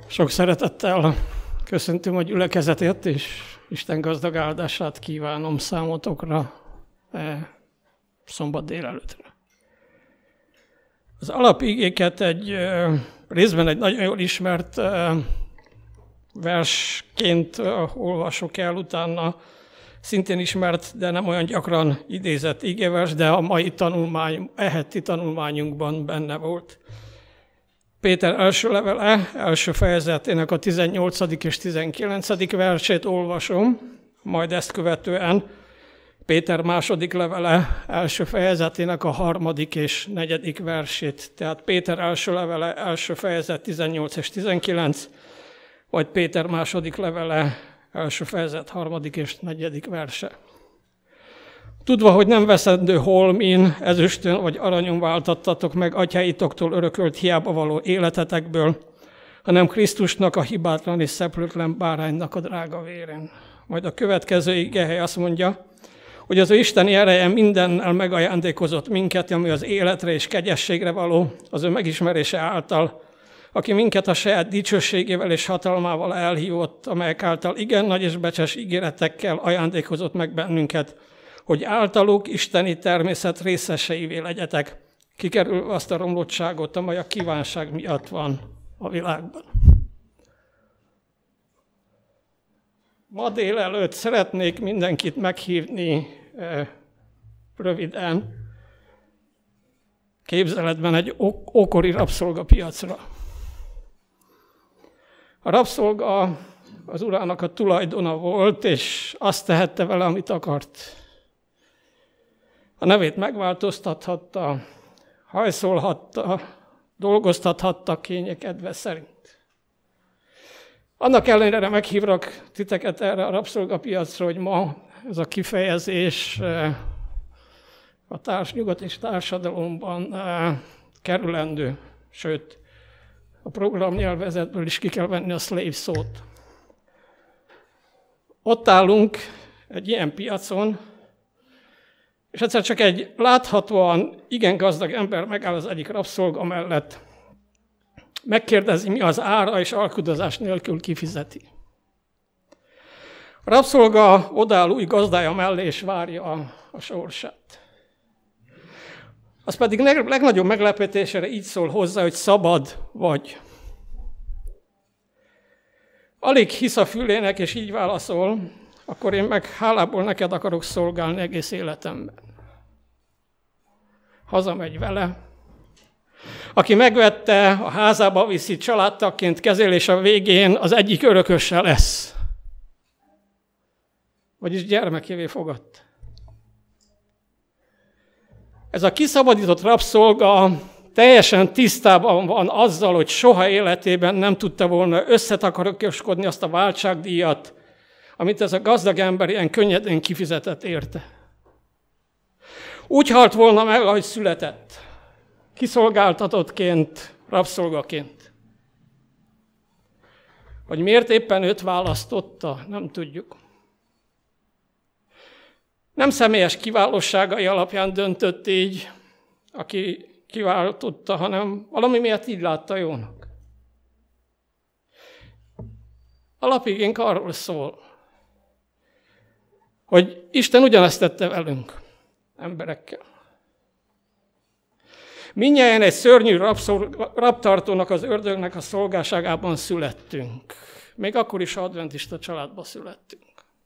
Sok szeretettel köszöntöm a gyülekezetét, és Isten gazdag áldását kívánom számotokra szombat délelőtre. Az alapigéket részben egy nagyon jól ismert versként olvasok el, utána szintén ismert, de nem olyan gyakran idézett igévers, de a mai heti tanulmányunkban benne volt. Péter első levele, első fejezetének a 18. és 19. versét olvasom, majd ezt követően Péter második levele, első fejezetének a 3. és 4. versét. Tehát Péter első levele, első fejezet 18 és 19, vagy Péter második levele, első fejezet 3. és 4. verse. Tudva, hogy nem veszendő holmin, ezüstön vagy aranyon váltattatok meg atyáitoktól örökölt hiába való életetekből, hanem Krisztusnak, a hibátlan és szeplőtlen báránynak a drága vérén. Majd a következő igehely azt mondja, hogy az ő isteni ereje mindennel megajándékozott minket, ami az életre és kegyességre való, az ő megismerése által, aki minket a saját dicsőségével és hatalmával elhívott, amelyek által igen nagy és becses ígéretekkel ajándékozott meg bennünket, hogy általuk isteni természet részeseivé legyetek, kikerülve azt a romlottságot, amely a kívánság miatt van a világban. Ma délelőtt szeretnék mindenkit meghívni röviden képzeletben egy ókori rabszolgapiacra. A rabszolga az urának a tulajdona volt, és azt tehette vele, amit akart. A nevét megváltoztathatta, hajszolhatta, dolgoztathatta kénye kedve szerint. Annak ellenére meghívlak titeket erre a rabszolgapiacra, hogy ma ez a kifejezés a nyugati és társadalomban kerülendő, sőt, a programnyelvezetből is ki kell venni a slave szót. Ott állunk egy ilyen piacon, és egyszer csak egy láthatóan igen gazdag ember megáll az egyik rabszolga mellett. Megkérdezi, mi az ára, és alkudozás nélkül kifizeti. A rabszolga odáll új gazdája mellé, és várja a sorsát. Az pedig legnagyobb meglepetésére így szól hozzá, hogy szabad vagy. Alig hisz a fülének, és így válaszol, akkor én meg hálából neked akarok szolgálni egész életemben. Hazamegy vele. Aki megvette, a házába viszi, családtagként kezel, és a végén az egyik örököse lesz. Vagyis gyermekévé fogadt. Ez a kiszabadított rabszolga teljesen tisztában van azzal, hogy soha életében nem tudta volna összetakaroskodni azt a váltságdíjat, amit ez a gazdag ember ilyen könnyedén kifizetett érte. Úgy halt volna meg, ahogy született, kiszolgáltatottként, rabszolgaként. Hogy miért éppen őt választotta, nem tudjuk. Nem személyes kiválóságai alapján döntött így, aki kiváltotta, hanem valami miatt így látta jónak. Alapigénk arról szól, hogy Isten ugyanezt tette velünk, emberekkel. Mindnyájan egy szörnyű rabtartónak, az ördögnek a szolgáságában születtünk. Még akkor is adventista családba születtünk.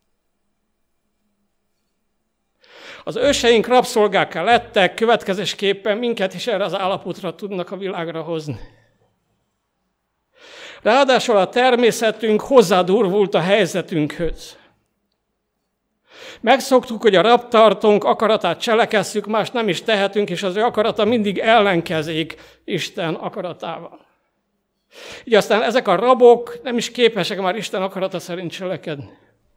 Az őseink rabszolgákká lettek, következésképpen minket is erre az állapotra tudnak a világra hozni. Ráadásul a természetünk hozzádurvult a helyzetünkhöz. Megszoktuk, hogy a rabtartónk akaratát cselekesszük, más nem is tehetünk, és az ő akarata mindig ellenkezik Isten akaratával. Így aztán ezek a rabok nem is képesek már Isten akarata szerint cselekedni.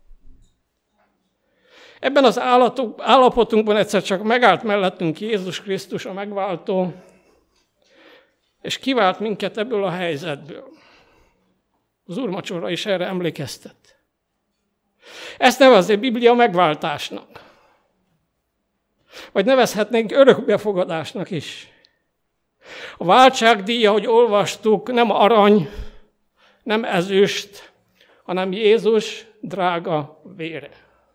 Ebben az állapotunkban egyszer csak megállt mellettünk Jézus Krisztus, a megváltó, és kivált minket ebből a helyzetből. Az úrmacsora is erre emlékeztet. Ezt nevezi a Biblia megváltásnak. Vagy nevezhetnénk örökbefogadásnak is. A váltságdíja, ahogy olvastuk, nem arany, nem ezüst, hanem Jézus drága vére.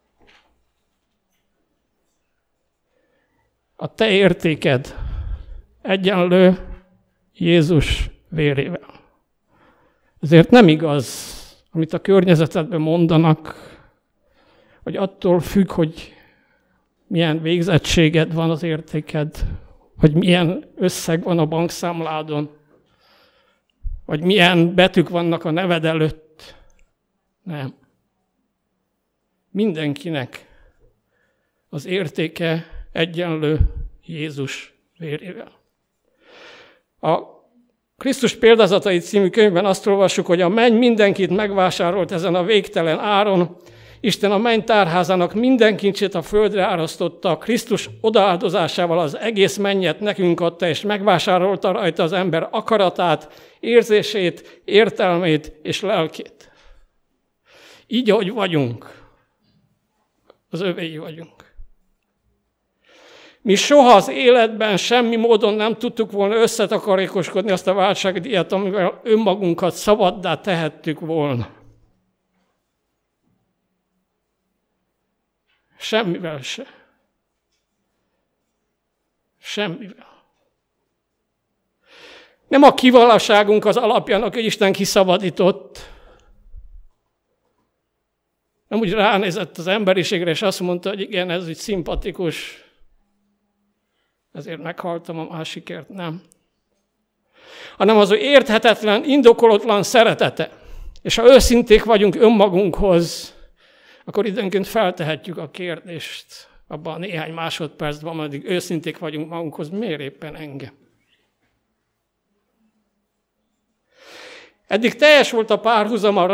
A te értéked egyenlő Jézus vérével. Ezért nem igaz, amit a környezetedben mondanak, hogy attól függ, hogy milyen végzettséged van az értéked, hogy milyen összeg van a bankszámládon, vagy milyen betűk vannak a neved előtt. Nem. Mindenkinek az értéke egyenlő Jézus vérével. A Krisztus példázatai című könyvben azt olvassuk, hogy a menny mindenkit megvásárolt ezen a végtelen áron, Isten a menny tárházának minden kincsét a földre árasztotta, Krisztus odaáldozásával az egész mennyet nekünk adta, és megvásárolta rajta az ember akaratát, érzését, értelmét és lelkét. Így, ahogy vagyunk, az övéi vagyunk. Mi soha az életben semmi módon nem tudtuk volna összetakarékoskodni azt a váltságdíjat, amivel önmagunkat szabaddá tehettük volna. Semmivel se. Semmivel. Nem a kivalóságunk az alapjának, hogy Isten kiszabadított. Nem úgy ránézett az emberiségre, és azt mondta, hogy igen, ez úgy szimpatikus, ezért meghaltam a másikért, nem. Hanem az ő érthetetlen, indokolatlan szeretete. És ha őszinték vagyunk önmagunkhoz, akkor időnként feltehetjük a kérdést abban a néhány másodpercben, ameddig őszinték vagyunk magunkhoz, miért éppen engem? Eddig teljes volt a párhuzam a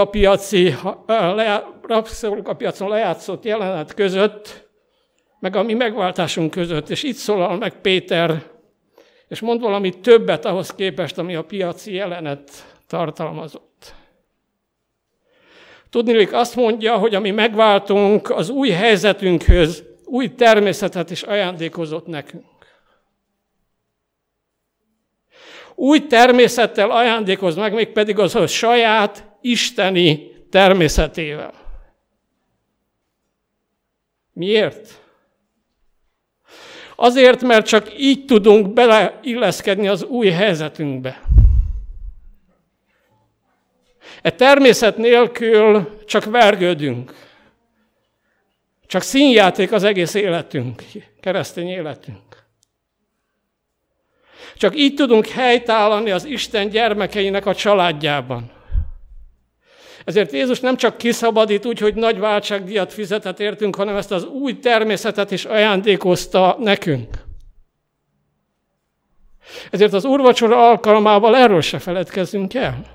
rabszolgapiacon lejátszott jelenet között, meg a mi megváltásunk között, és itt szólal meg Péter, és mond valami többet ahhoz képest, ami a piaci jelenet tartalmazott. Tudniillik azt mondja, hogy ami megváltunk, az új helyzetünkhöz új természetet is ajándékozott nekünk. Új természettel ajándékoz meg, mégpedig az a saját isteni természetével. Miért? Azért, mert csak így tudunk beleilleszkedni az új helyzetünkbe. E természet nélkül csak vergődünk. Csak színjáték az egész életünk, keresztény életünk. Csak így tudunk helytállani az Isten gyermekeinek a családjában. Ezért Jézus nem csak kiszabadít úgy, hogy nagy váltságdíjat fizetett értünk, hanem ezt az új természetet is ajándékozta nekünk. Ezért az úrvacsora alkalmával erről se feledkezzünk el.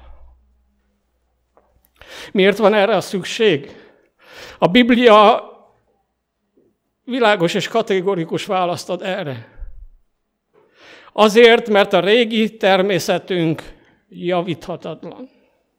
Miért van erre a szükség? A Biblia világos és kategorikus választ ad erre. Azért, mert a régi természetünk javíthatatlan.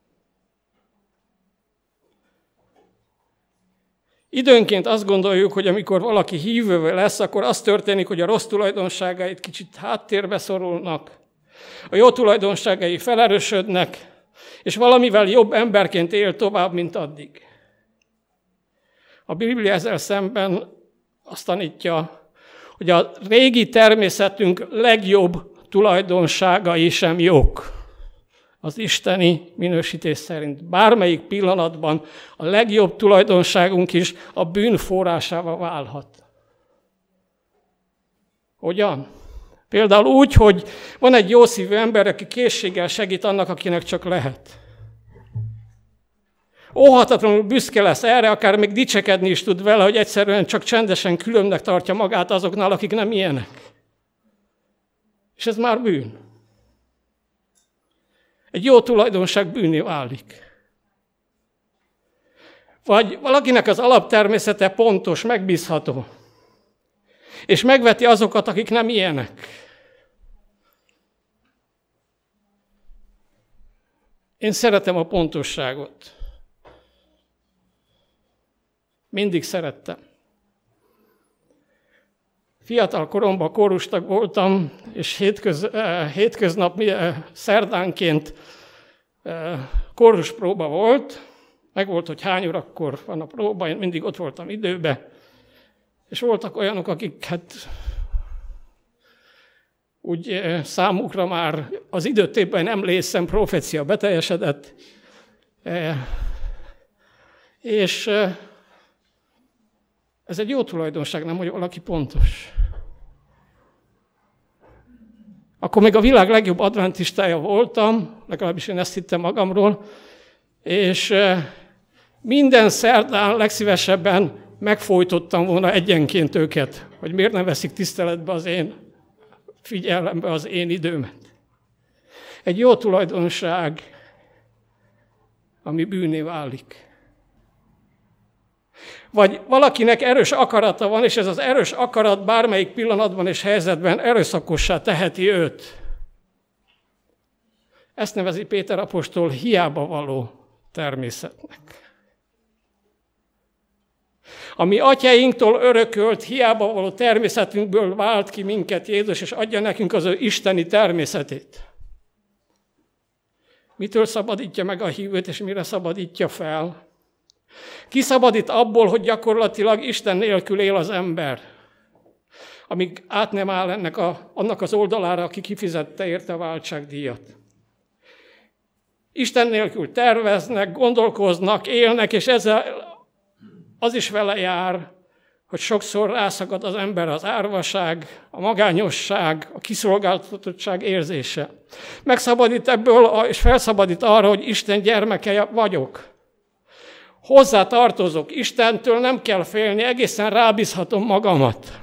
Időnként azt gondoljuk, hogy amikor valaki hívő lesz, akkor az történik, hogy a rossz tulajdonságait kicsit háttérbe szorulnak, a jó tulajdonságai felerősödnek, és valamivel jobb emberként él tovább, mint addig. A Biblia ezzel szemben azt tanítja, hogy a régi természetünk legjobb tulajdonságai sem jók. Az isteni minősítés szerint. Bármelyik pillanatban a legjobb tulajdonságunk is a bűn forrásává válhat. Hogyan? Például úgy, hogy van egy jószívű ember, aki készséggel segít annak, akinek csak lehet. Óhatatlanul büszke lesz erre, akár még dicsekedni is tud vele, hogy egyszerűen csak csendesen különbnek tartja magát azoknál, akik nem ilyenek. És ez már bűn. Egy jó tulajdonság bűnné válik. Vagy valakinek az alaptermészete pontos, megbízható, és megveti azokat, akik nem ilyenek. Én szeretem a pontosságot. Mindig szerettem. Fiatal koromban kórustag voltam, és hétköznap szerdánként kóruspróba volt, meg volt, hogy hány órakor van a próba, én mindig ott voltam időben, és voltak olyanok, akik hát úgy számukra már az időtében emlékszem, profécia beteljesedett, és ez egy jó tulajdonság, nem, hogy valaki pontos. Akkor még a világ legjobb adventistája voltam, legalábbis én ezt hittem magamról, és minden szerdán legszívesebben megfojtottam volna egyenként őket, hogy miért nem veszik tiszteletbe az én figyelembe az én időmet. Egy jó tulajdonság, ami bűnné válik. Vagy valakinek erős akarata van, és ez az erős akarat bármelyik pillanatban és helyzetben erőszakossá teheti őt. Ezt nevezi Péter apostol hiába való természetnek. A mi atyáinktól örökölt, hiába való természetünkből vált ki minket Jézus, és adja nekünk az ő isteni természetét. Mitől szabadítja meg a hívőt, és mire szabadítja fel? Ki szabadít abból, hogy gyakorlatilag Isten nélkül él az ember, amíg át nem áll annak az oldalára, aki kifizette érte a váltságdíjat. Isten nélkül terveznek, gondolkoznak, élnek, és ezzel az is vele jár, hogy sokszor rászakad az ember az árvaság, a magányosság, a kiszolgáltatottság érzése. Megszabadít ebből, és felszabadít arra, hogy Isten gyermeke vagyok. Hozzá tartozok Istentől, nem kell félni, egészen rábízhatom magamat.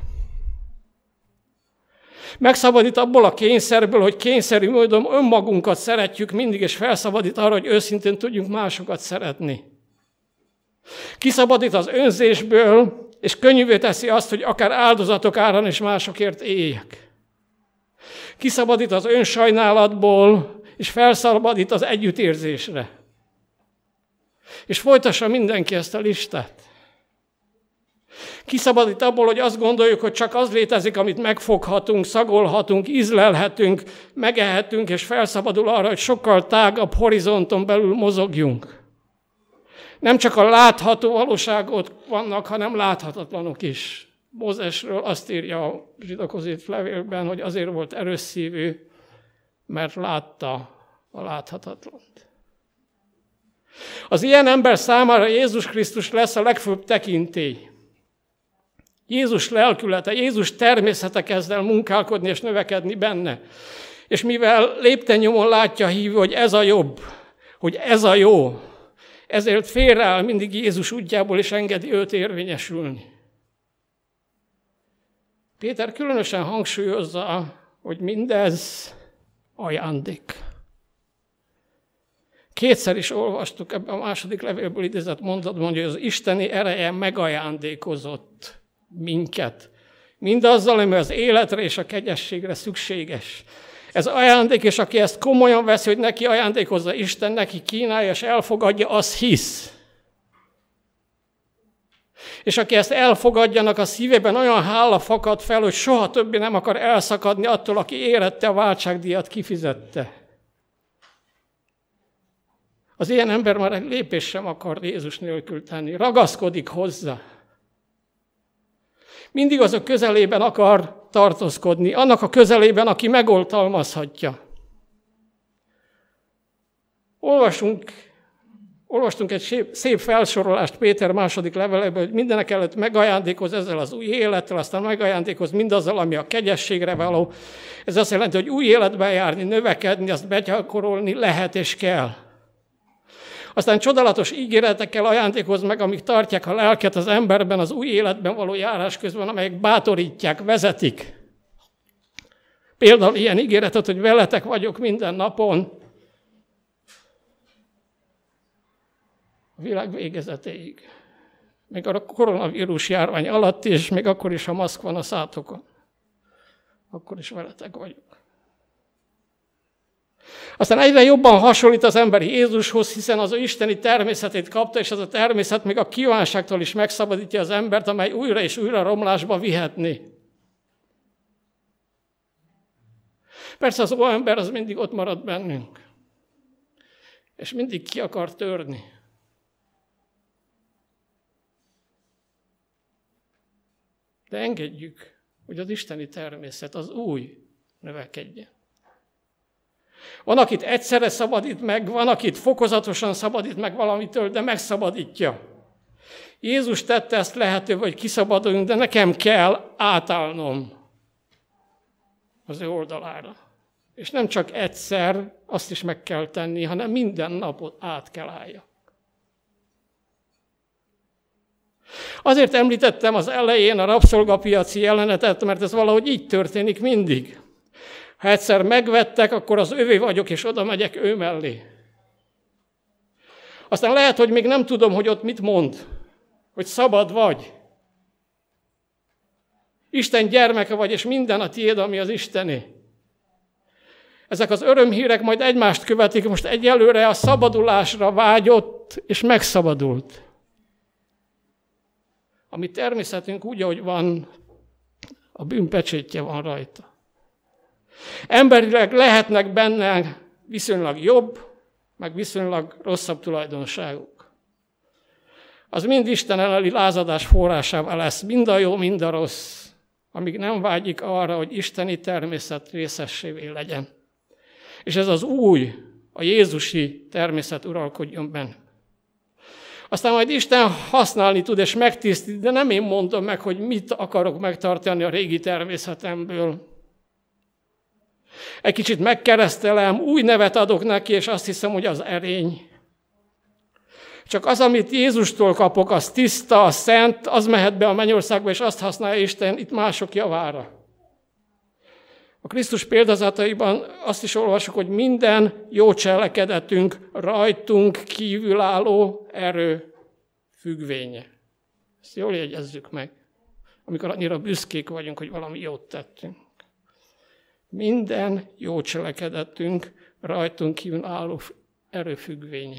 Megszabadít abból a kényszerből, hogy kényszerű módon önmagunkat szeretjük mindig, és felszabadít arra, hogy őszintén tudjunk másokat szeretni. Kiszabadít az önzésből, és könnyűvé teszi azt, hogy akár áldozatok árán is másokért éljek. Kiszabadít az önsajnálatból, és felszabadít az együttérzésre. És folytassa mindenki ezt a listát. Kiszabadít abból, hogy azt gondoljuk, hogy csak az létezik, amit megfoghatunk, szagolhatunk, ízlelhetünk, megehetünk, és felszabadul arra, hogy sokkal tágabb horizonton belül mozogjunk. Nem csak a látható valóságot vannak, hanem láthatatlanok is. Mózesről azt írja a zsidókhoz írt levélben, hogy azért volt erős szívű, mert látta a láthatatlant. Az ilyen ember számára Jézus Krisztus lesz a legfőbb tekintély. Jézus lelkülete, Jézus természete kezd el munkálkodni és növekedni benne. És mivel lépten-nyomon látja a hívő, hogy ez a jobb, hogy ez a jó, ezért félreáll mindig Jézus útjából, és engedi őt érvényesülni. Péter különösen hangsúlyozza, hogy mindez ajándék. Kétszer is olvastuk ebben a második levélből idézett mondatban, hogy az isteni ereje megajándékozott minket. Mindazzal, ami az életre és a kegyességre szükséges. Ez ajándék, és aki ezt komolyan veszi, hogy neki ajándékozza Isten, neki kínálja és elfogadja, az hisz. És aki ezt elfogadjanak, a szívében olyan hála fakad fel, hogy soha többé nem akar elszakadni attól, aki érette a váltságdíjat, kifizette. Az ilyen ember már egy lépést sem akar Jézus nélkül tenni, ragaszkodik hozzá. Mindig azok közelében akar tartózkodni, annak a közelében, aki megoltalmazhatja. Olvastunk egy szép felsorolást Péter második leveléből, hogy mindenek előtt megajándékoz ezzel az új élettel, aztán megajándékoz mindazzal, ami a kegyességre való. Ez azt jelenti, hogy új életben járni, növekedni, azt begyakorolni lehet és kell. Aztán csodálatos ígéretekkel ajándékoz meg, amik tartják a lelket az emberben az új életben való járás közben, amelyek bátorítják, vezetik. Például ilyen ígéretet, hogy veletek vagyok minden napon, a világ végezetéig. Még a koronavírus járvány alatt is, még akkor is, ha maszk van a szátokon. Akkor is veletek vagyok. Aztán egyre jobban hasonlít az ember Jézushoz, hiszen az ő isteni természetét kapta, és ez a természet még a kívánságtól is megszabadítja az embert, amely újra és újra romlásba vihetné. Persze az ember az mindig ott marad bennünk. És mindig ki akar törni. De engedjük, hogy az isteni természet, az új növekedjen. Van, akit egyszerre szabadít meg, van, akit fokozatosan szabadít meg valamitől, de megszabadítja. Jézus tette ezt lehetővé, hogy kiszabaduljunk, de nekem kell átállnom az ő oldalára. És nem csak egyszer, azt is meg kell tenni, hanem minden napot át kell állja. Azért említettem az elején a rabszolgapiaci jelenetet, mert ez valahogy így történik mindig. Ha egyszer megvettek, akkor az övé vagyok, és oda megyek ő mellé. Aztán lehet, hogy még nem tudom, hogy ott mit mond, hogy szabad vagy. Isten gyermeke vagy, és minden a tiéd, ami az Istené. Ezek az örömhírek majd egymást követik, most egyelőre a szabadulásra vágyott, és megszabadult. A mi természetünk úgy, ahogy van, a bűnpecsétje van rajta. Emberileg lehetnek benne viszonylag jobb, meg viszonylag rosszabb tulajdonságuk. Az mind Isten elleni lázadás forrásával lesz, mind a jó, mind a rossz, amíg nem vágyik arra, hogy isteni természet részessévé legyen. És ez az új, a jézusi természet uralkodjon benne. Aztán majd Isten használni tud és megtisztít, de nem én mondom meg, hogy mit akarok megtartani a régi természetemből. Egy kicsit megkeresztelem, új nevet adok neki, és azt hiszem, hogy az erény. Csak az, amit Jézustól kapok, az tiszta, az szent, az mehet be a mennyországba, és azt használja Isten itt mások javára. A Krisztus példázataiban azt is olvasok, hogy minden jó cselekedetünk rajtunk kívülálló erő függvénye. Ezt jól jegyezzük meg, amikor annyira büszkék vagyunk, hogy valami jót tettünk. Minden jó cselekedetünk rajtunk kívülálló erő függvénye.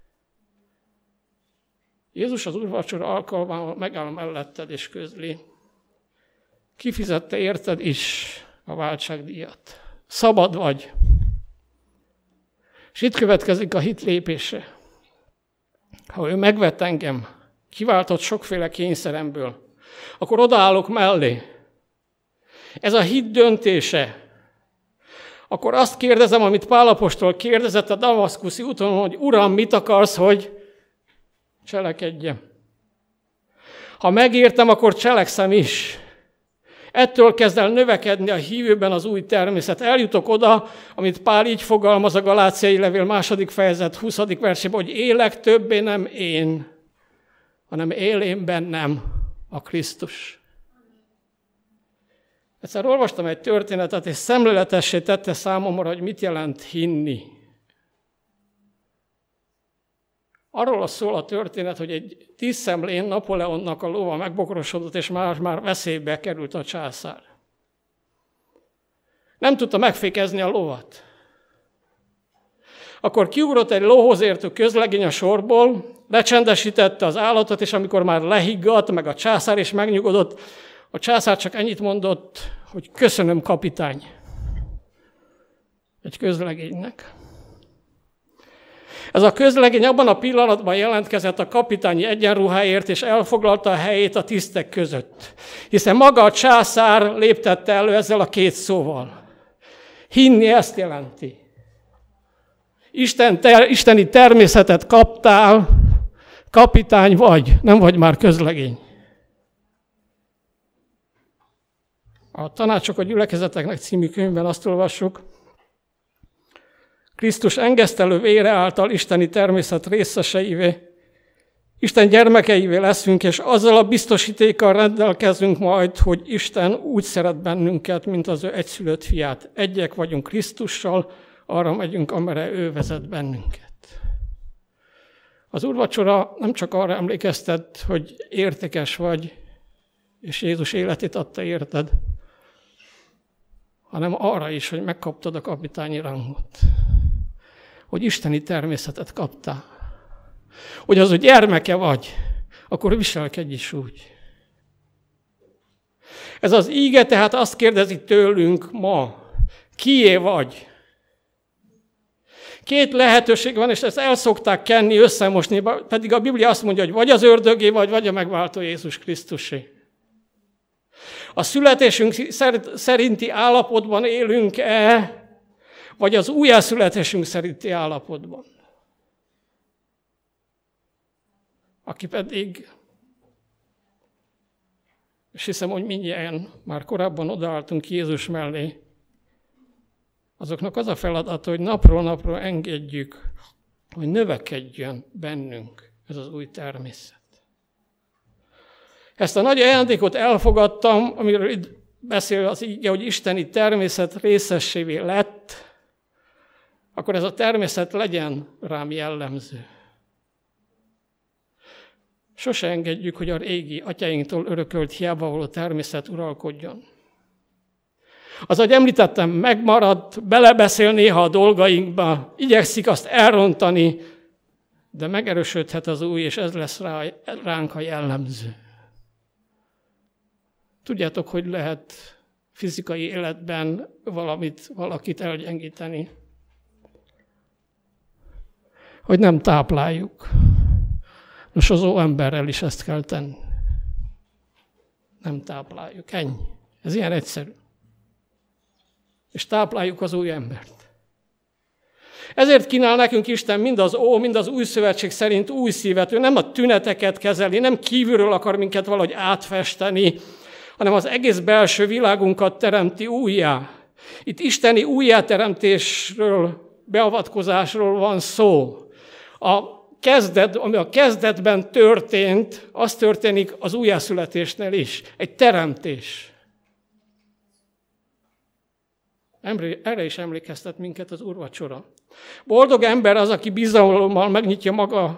Jézus az úrvacsora alkalmával megáll melletted és közli. Kifizette érted is a váltságdíjat. Szabad vagy. És itt következik a hit lépése. Ha ő megvett engem, kiváltott sokféle kényszeremből, akkor odaállok mellé. Ez a hit döntése. Akkor azt kérdezem, amit Pál apostol kérdezett a damaszkuszi úton, hogy Uram, mit akarsz, hogy cselekedjem? Ha megértem, akkor cselekszem is. Ettől kezd el növekedni a hívőben az új természet. Eljutok oda, amit Pál így fogalmaz a Galáciai levél 2. fejezet 20. versében, hogy élek többé nem én, hanem él én bennem a Krisztus. Egyszer olvastam egy történetet, és szemléletessé tette számomra, hogy mit jelent hinni. Arról szól a történet, hogy egy 10 szemlén Napóleonnak a lova megbokrosodott, és már veszélybe került a császár. Nem tudta megfékezni a lovat. Akkor kiugrott egy lóhoz értő közlegény a sorból, lecsendesítette az állatot, és amikor már lehiggadt, meg a császár is megnyugodott, a császár csak ennyit mondott, hogy köszönöm, kapitány, egy közlegénynek. Ez a közlegény abban a pillanatban jelentkezett a kapitányi egyenruháért, és elfoglalta a helyét a tisztek között. Hiszen maga a császár léptette elő ezzel a 2 szóval. Hinni ezt jelenti. Isteni természetet kaptál, kapitány vagy, nem vagy már közlegény. A Tanácsok a gyülekezeteknek című könyvben azt olvassuk, Krisztus engesztelő vére által isteni természet részeseivé, Isten gyermekeivé leszünk, és azzal a biztosítékkal rendelkezünk majd, hogy Isten úgy szeret bennünket, mint az ő egyszülött fiát. Egyek vagyunk Krisztussal, arra megyünk, amerre ő vezet bennünket. Az úrvacsora nem csak arra emlékeztet, hogy értékes vagy, és Jézus életét adta érted, hanem arra is, hogy megkaptad a kapitányi rangot. Hogy isteni természetet kaptál. Hogy az, hogy gyermeke vagy, akkor viselkedj is úgy. Ez az íge tehát azt kérdezi tőlünk ma, kié vagy? Két lehetőség van, és ezt el szokták kenni, összemosni, pedig a Biblia azt mondja, hogy vagy az ördögé, vagy a megváltó Jézus Krisztusé. A születésünk szerinti állapotban élünk-e, vagy az újjászületésünk szerinti állapotban? Aki pedig, és hiszem, hogy mindjárt már korábban odaálltunk Jézus mellé, azoknak az a feladata, hogy napról napra engedjük, hogy növekedjön bennünk ez az új természet. Ezt a nagy ajándékot elfogadtam, amiről itt beszél az ige, hogy isteni természet részessévé lett, akkor ez a természet legyen rám jellemző. Sose engedjük, hogy a régi atyáinktól örökölt hiábavaló természet uralkodjon. Az, ahogy említettem, megmaradt, belebeszél néha a dolgainkba, igyekszik azt elrontani, de megerősödhet az új, és ez lesz ránk a jellemző. Tudjátok, hogy lehet fizikai életben valakit elgyengíteni? Hogy nem tápláljuk. Nos, az emberrel is ezt kell tenni. Nem tápláljuk. Ennyi. Ez ilyen egyszerű. És tápláljuk az új embert. Ezért kínál nekünk Isten mind az új szövetség szerint új szívet. Ő nem a tüneteket kezeli, nem kívülről akar minket valahogy átfesteni, hanem az egész belső világunkat teremti újjá. Itt isteni újjáteremtésről, beavatkozásról van szó. Ami a kezdetben történt, az történik az újjászületésnél is. Egy teremtés. Erre is emlékeztet minket az úrvacsora. Boldog ember az, aki bizalommal megnyitja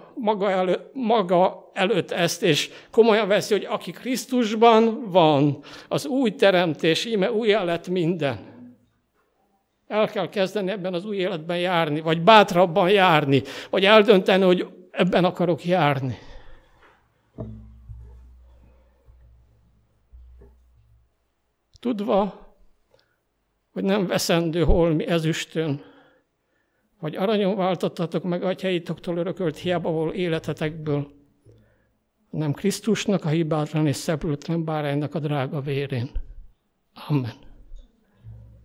maga előtt ezt, és komolyan veszi, hogy aki Krisztusban van, az új teremtés, íme újjá lett minden. El kell kezdeni ebben az új életben járni, vagy bátrabban járni, vagy eldönteni, hogy ebben akarok járni. Tudva, hogy nem veszendő holmi ezüstön, vagy aranyon váltottatok meg atyáitoktól örökölt hiábavaló életetekből, hanem Krisztusnak a hibátlan és szeplőtlen báránynak a drága vérén. Amen.